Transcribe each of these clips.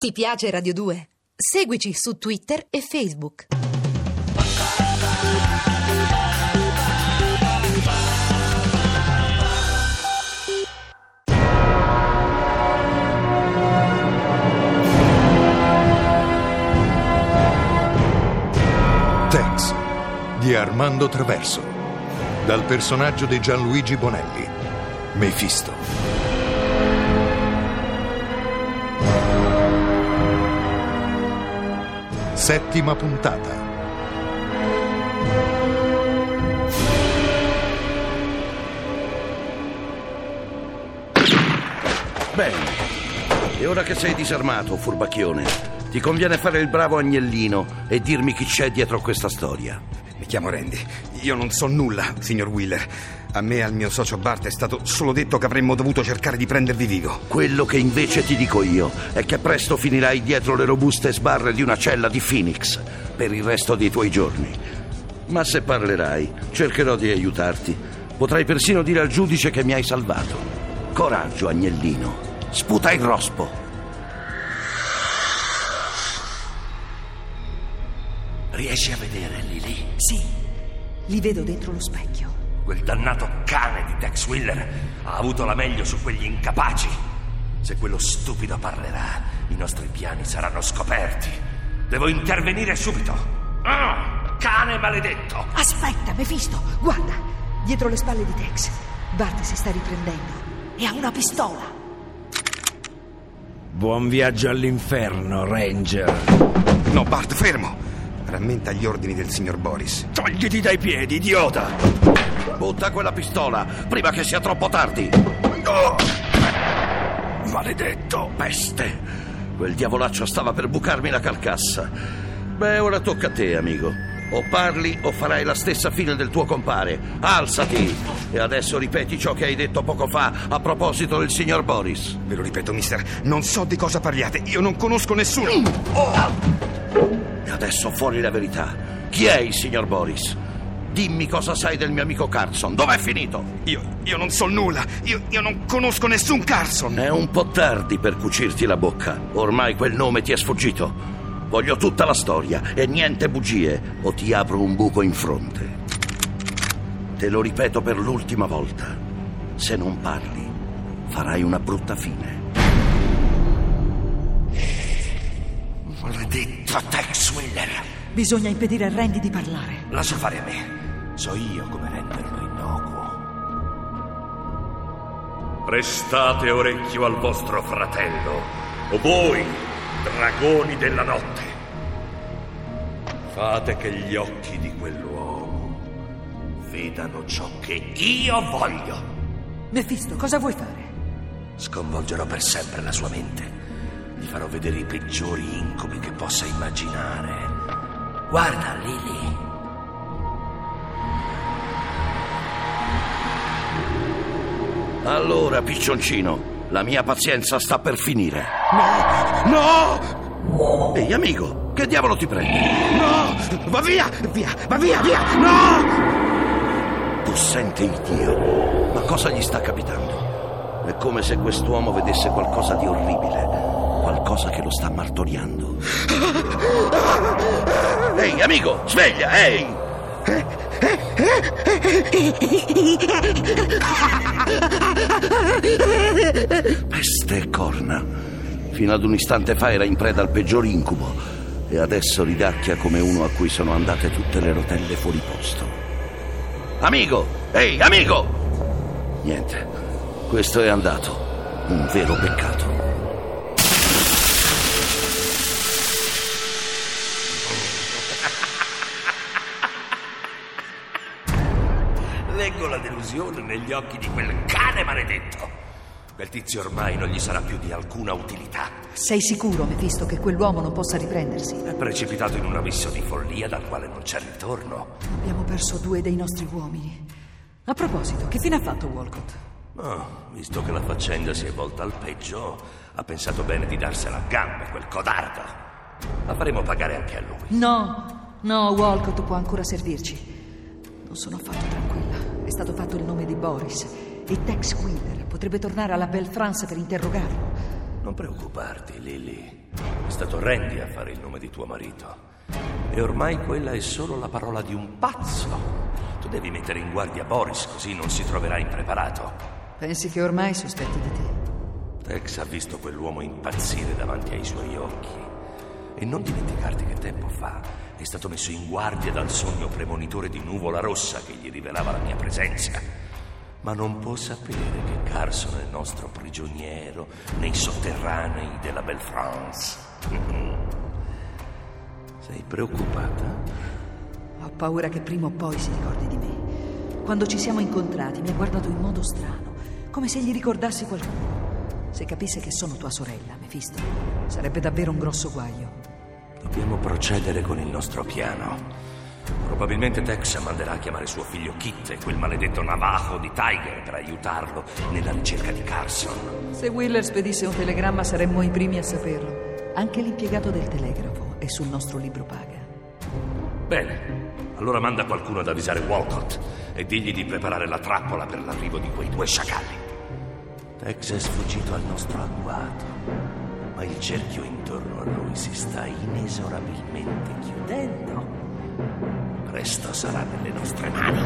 Ti piace Radio 2? Seguici su Twitter e Facebook. Tex di Armando Traverso, dal personaggio di Gianluigi Bonelli, Mefisto. Settima puntata. Bene, e ora che sei disarmato, furbacchione, ti conviene fare il bravo agnellino e dirmi chi c'è dietro questa storia. Mi chiamo Randy. Io non so nulla, signor Wheeler. A me e al mio socio Bart è stato solo detto che avremmo dovuto cercare di prendervi vivo. Quello che invece ti dico io è che presto finirai dietro le robuste sbarre di una cella di Phoenix per il resto dei tuoi giorni. Ma se parlerai, cercherò di aiutarti. Potrai persino dire al giudice che mi hai salvato. Coraggio, agnellino. Sputa il rospo. Riesci a vedere Lily? Sì, li vedo dentro lo specchio. Quel dannato cane di Tex Wheeler ha avuto la meglio su quegli incapaci. Se quello stupido parlerà, i nostri piani saranno scoperti. Devo intervenire subito. Cane maledetto! Aspetta, Mefisto, guarda, dietro le spalle di Tex. Bart si sta riprendendo e ha una pistola. Buon viaggio all'inferno, Ranger. No, Bart, fermo! Rammenta gli ordini del signor Boris. Togliti dai piedi, idiota! Butta quella pistola prima che sia troppo tardi. Oh! Maledetto! Peste! Quel diavolaccio stava per bucarmi la carcassa. Beh, ora tocca a te, amico. O parli o farai la stessa fine del tuo compare. Alzati! E adesso ripeti ciò che hai detto poco fa a proposito del signor Boris. Ve lo ripeto, mister, non so di cosa parliate. Io non conosco nessuno. E adesso fuori la verità. Chi è il signor Boris? Dimmi cosa sai del mio amico Carson. Dov'è finito? Io non so nulla. Io non conosco nessun Carson. È un po' tardi per cucirti la bocca. Ormai quel nome ti è sfuggito. Voglio tutta la storia e niente bugie, o ti apro un buco in fronte. Te lo ripeto per l'ultima volta. Se non parli, farai una brutta fine. Maledetto Tex Wheeler! Bisogna impedire a Randy di parlare. Lascia fare a me. So io come renderlo innocuo. Prestate orecchio al vostro fratello, o voi, dragoni della notte. Fate che gli occhi di quell'uomo vedano ciò che io voglio. Mefisto, cosa vuoi fare? Sconvolgerò per sempre la sua mente. Gli farò vedere i peggiori incubi che possa immaginare. Guarda, Lily. Allora, piccioncino, la mia pazienza sta per finire. No! Ehi, amico, che diavolo ti prendi? No! Va via! Va via! No! Possente il Dio. Ma cosa gli sta capitando? È come se quest'uomo vedesse qualcosa di orribile, qualcosa che lo sta martoriando. Ehi, amico, sveglia, ehi! Peste e corna. Fino ad un istante fa era in preda al peggior incubo e adesso ridacchia come uno a cui sono andate tutte le rotelle fuori posto. Amico! Ehi, amico! Niente, questo è andato. Un vero peccato. Leggo la delusione negli occhi di quel cane maledetto. Quel tizio ormai non gli sarà più di alcuna utilità. Sei sicuro, Mefisto, che quell'uomo non possa riprendersi? È precipitato in un abisso di follia dal quale non c'è ritorno. Abbiamo perso 2 dei nostri uomini. A proposito, che fine ha fatto Walcott? Visto che la faccenda si è volta al peggio, ha pensato bene di darsela a gambe, quel codardo. La faremo pagare anche a lui. No, Walcott può ancora servirci. Non sono affatto tranquilla. È stato fatto il nome di Boris e Tex Wheeler potrebbe tornare alla Belle France per interrogarlo. Non preoccuparti, Lily. È stato Randy a fare il nome di tuo marito. E ormai quella è solo la parola di un pazzo. Tu devi mettere in guardia Boris, così non si troverà impreparato. Pensi che ormai sospetti di te? Tex ha visto quell'uomo impazzire davanti ai suoi occhi. E non dimenticarti che tempo fa è stato messo in guardia dal sogno premonitore di Nuvola Rossa che gli rivelava la mia presenza. Ma non può sapere che Carson è il nostro prigioniero nei sotterranei della Belle France. Sei preoccupata? Ho paura che prima o poi si ricordi di me. Quando ci siamo incontrati mi ha guardato in modo strano, come se gli ricordassi qualcuno. Se capisse che sono tua sorella, Mephisto, sarebbe davvero un grosso guaio. Dobbiamo procedere con il nostro piano. Probabilmente Tex manderà a chiamare suo figlio Kit e quel maledetto navajo di Tiger per aiutarlo nella ricerca di Carson. Se Wheeler spedisse un telegramma saremmo i primi a saperlo. Anche l'impiegato del telegrafo è sul nostro libro paga. Bene, allora manda qualcuno ad avvisare Walcott e digli di preparare la trappola per l'arrivo di quei 2 sciacalli. Tex è sfuggito al nostro agguato, ma il cerchio intorno a lui si sta inesorabilmente chiudendo. Presto sarà nelle nostre mani.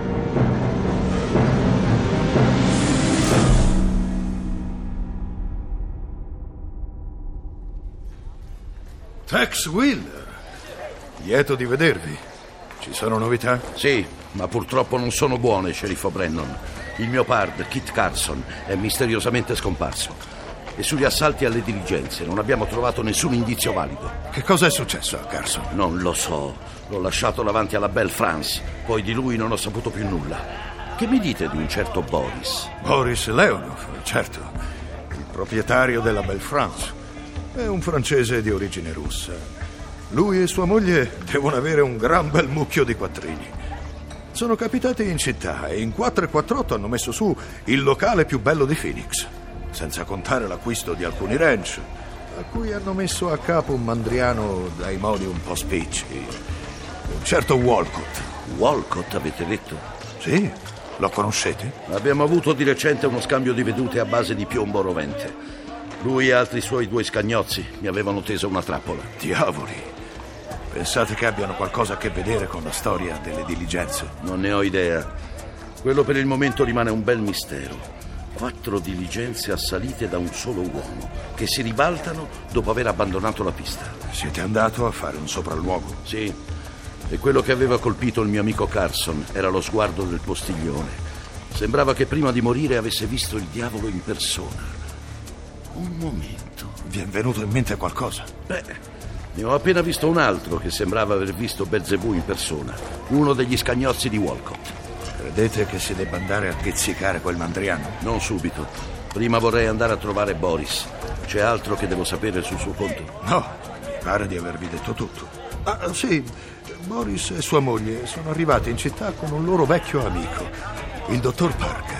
Tex Wheeler, lieto di vedervi. Ci sono novità? Sì, ma purtroppo non sono buone, sceriffo Brennan. Il mio pard, Kit Carson, è misteriosamente scomparso. E sugli assalti alle diligenze non abbiamo trovato nessun indizio valido. Che cosa è successo a Carson? Non lo so. L'ho lasciato davanti alla Belle France. Poi di lui non ho saputo più nulla. Che mi dite di un certo Boris? Boris Leonov, certo. Il proprietario della Belle France. È un francese di origine russa. Lui e sua moglie devono avere un gran bel mucchio di quattrini. Sono capitati in città e in 448 hanno messo su il locale più bello di Phoenix, senza contare l'acquisto di alcuni ranch, a cui hanno messo a capo un mandriano dai modi un po' spicci, un certo Walcott. Walcott, avete detto? Sì, lo conoscete? Abbiamo avuto di recente uno scambio di vedute a base di piombo rovente. Lui e altri suoi 2 scagnozzi mi avevano teso una trappola. Diavoli! Pensate che abbiano qualcosa a che vedere con la storia delle diligenze? Non ne ho idea. Quello per il momento rimane un bel mistero. 4 diligenze assalite da un solo uomo, che si ribaltano dopo aver abbandonato la pista. Siete andato a fare un sopralluogo? Sì, e quello che aveva colpito il mio amico Carson era lo sguardo del postiglione. Sembrava che prima di morire avesse visto il diavolo in persona. Un momento. Vi è venuto in mente qualcosa? Beh, ne ho appena visto un altro che sembrava aver visto Belzebù in persona, uno degli scagnozzi di Walcott. Credete che si debba andare a pizzicare quel mandriano? Non subito. Prima vorrei andare a trovare Boris. C'è altro che devo sapere sul suo conto? No, mi pare di avervi detto tutto. Ah, sì, Boris e sua moglie sono arrivati in città con un loro vecchio amico, il dottor Parker.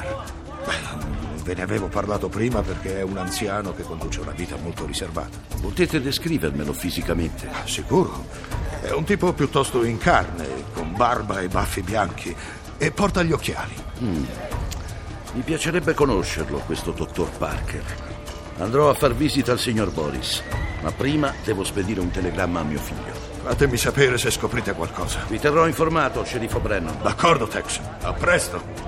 Ve ne avevo parlato prima perché è un anziano che conduce una vita molto riservata. Potete descrivermelo fisicamente? Sicuro. È un tipo piuttosto in carne, con barba e baffi bianchi, e porta gli occhiali. Mi piacerebbe conoscerlo, questo dottor Parker. Andrò a far visita al signor Boris, ma prima devo spedire un telegramma a mio figlio. Fatemi sapere se scoprite qualcosa. Vi terrò informato, sceriffo Brennan. D'accordo, Tex. A presto.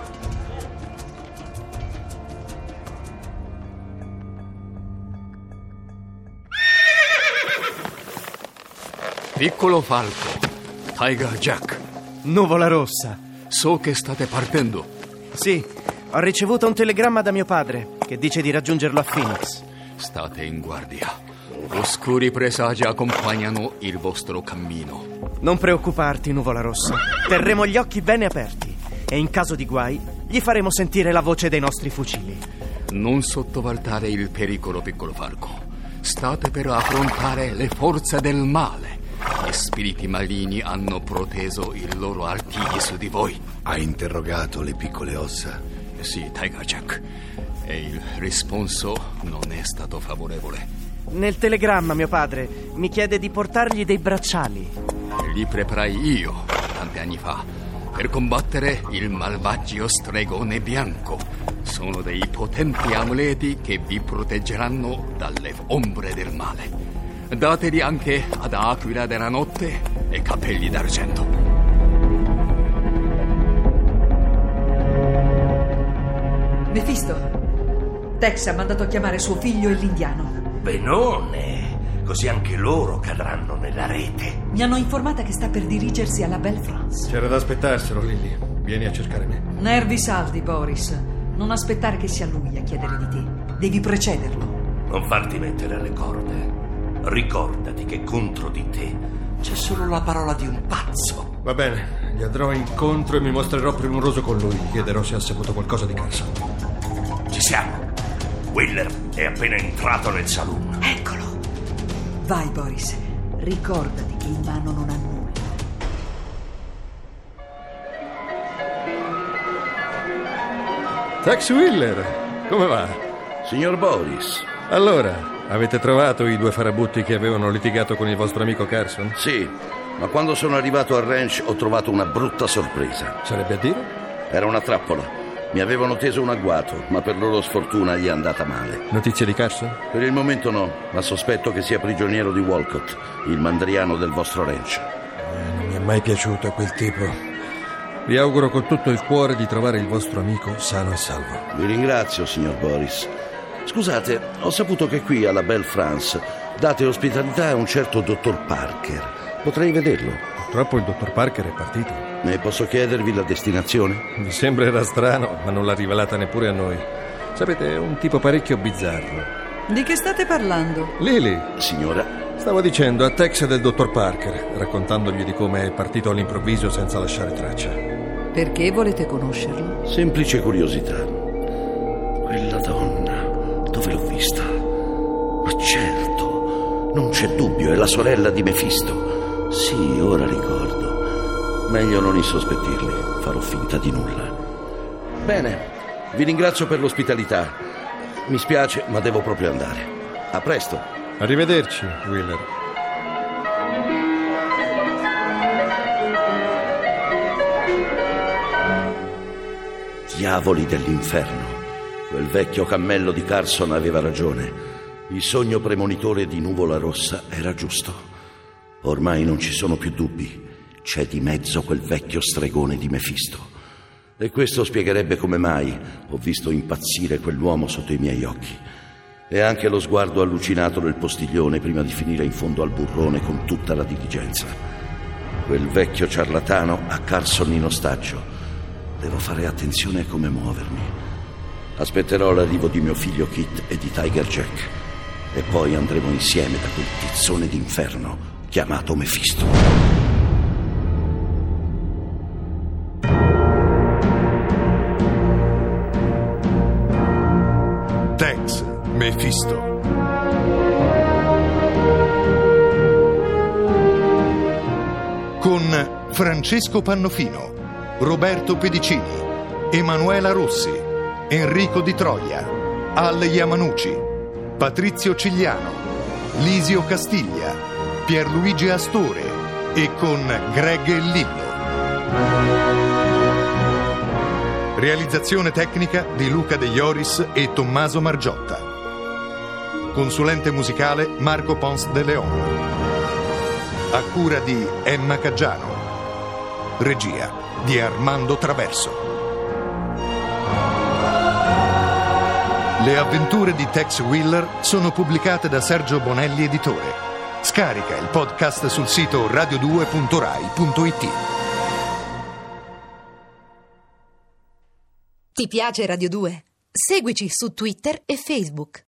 Piccolo Falco, Tiger Jack, Nuvola Rossa. so che state partendo. Sì, ho ricevuto un telegramma da mio padre che dice di raggiungerlo a Phoenix. State in guardia. Oscuri presagi accompagnano il vostro cammino. Non preoccuparti, Nuvola Rossa. Terremo gli occhi bene aperti e in caso di guai gli faremo sentire la voce dei nostri fucili. Non sottovalutare il pericolo, piccolo Falco. State per affrontare le forze del male. Gli spiriti maligni hanno proteso il loro artigli su di voi. Hai interrogato le piccole ossa? Sì, Tiger Jack. E il risponso non è stato favorevole. Nel telegramma mio padre mi chiede di portargli dei bracciali. Li preparai io tanti anni fa per combattere il malvagio stregone bianco. Sono dei potenti amuleti che vi proteggeranno dalle ombre del male. Dateli anche ad Aquila della Notte e Capelli d'Argento. Mefisto, Tex ha mandato a chiamare suo figlio e l'indiano. Benone, così anche loro cadranno nella rete. Mi hanno informata che sta per dirigersi alla Belle France. C'era da aspettarselo, Lily. Vieni a cercare me. Nervi saldi, Boris. Non aspettare che sia lui a chiedere di te. Devi precederlo. Non farti mettere alle corde. Ricordati che contro di te c'è solo la parola di un pazzo. Va bene, gli andrò incontro e mi mostrerò premuroso con lui. Gli chiederò se ha saputo qualcosa di Carson. Ci siamo. Wheeler è appena entrato nel saloon. Eccolo. Vai, Boris. Ricordati che in mano non ha nulla. Tex Wheeler, come va? Signor Boris. Allora, avete trovato i due farabutti che avevano litigato con il vostro amico Carson? Sì, ma quando sono arrivato al ranch ho trovato una brutta sorpresa. Sarebbe a dire? Era una trappola. Mi avevano teso un agguato, ma per loro sfortuna gli è andata male. Notizie di Carson? Per il momento no, ma sospetto che sia prigioniero di Walcott, il mandriano del vostro ranch. Non mi è mai piaciuto quel tipo. Vi auguro con tutto il cuore di trovare il vostro amico sano e salvo. Vi ringrazio, signor Boris. Scusate, ho saputo che qui alla Belle France date ospitalità a un certo dottor Parker. Potrei vederlo? Purtroppo il dottor Parker è partito. Ne posso chiedervi la destinazione? Vi sembrerà strano, ma non l'ha rivelata neppure a noi. Sapete, è un tipo parecchio bizzarro. Di che state parlando? Lily, Signora? stavo dicendo a Tex del dottor Parker, raccontandogli di come è partito all'improvviso senza lasciare traccia. Perché volete conoscerlo? Semplice curiosità. Quella donna, dove l'ho vista? Ma certo, non c'è dubbio, è la sorella di Mefisto. Sì, ora ricordo. Meglio non insospettirli, farò finta di nulla. Bene, vi ringrazio per l'ospitalità. Mi spiace, ma devo proprio andare. A presto. Arrivederci, Wheeler. Diavoli dell'inferno. Quel vecchio cammello di Carson aveva ragione. Il sogno premonitore di Nuvola Rossa era giusto. Ormai non ci sono più dubbi. C'è di mezzo quel vecchio stregone di Mefisto. E questo spiegherebbe come mai ho visto impazzire quell'uomo sotto i miei occhi. E anche lo sguardo allucinato del postiglione prima di finire in fondo al burrone con tutta la diligenza. Quel vecchio ciarlatano ha Carson in ostaggio. Devo fare attenzione a come muovermi. Aspetterò l'arrivo di mio figlio Kit e di Tiger Jack. E poi andremo insieme da quel tizzone d'inferno chiamato Mefisto. Tex Mefisto. Con Francesco Pannofino, Roberto Pedicini, Emanuela Rossi, Enrico Di Troia, Al Yamanucci, Patrizio Cigliano, Lisio Castiglia, Pierluigi Astore e con Greg Lillo. Realizzazione tecnica di Luca De Ioris e Tommaso Margiotta. Consulente musicale Marco Pons de Leon. A cura di Emma Caggiano. Regia di Armando Traverso. Le avventure di Tex Wheeler sono pubblicate da Sergio Bonelli Editore. Scarica il podcast sul sito radio2.rai.it. Ti piace Radio 2? Seguici su Twitter e Facebook.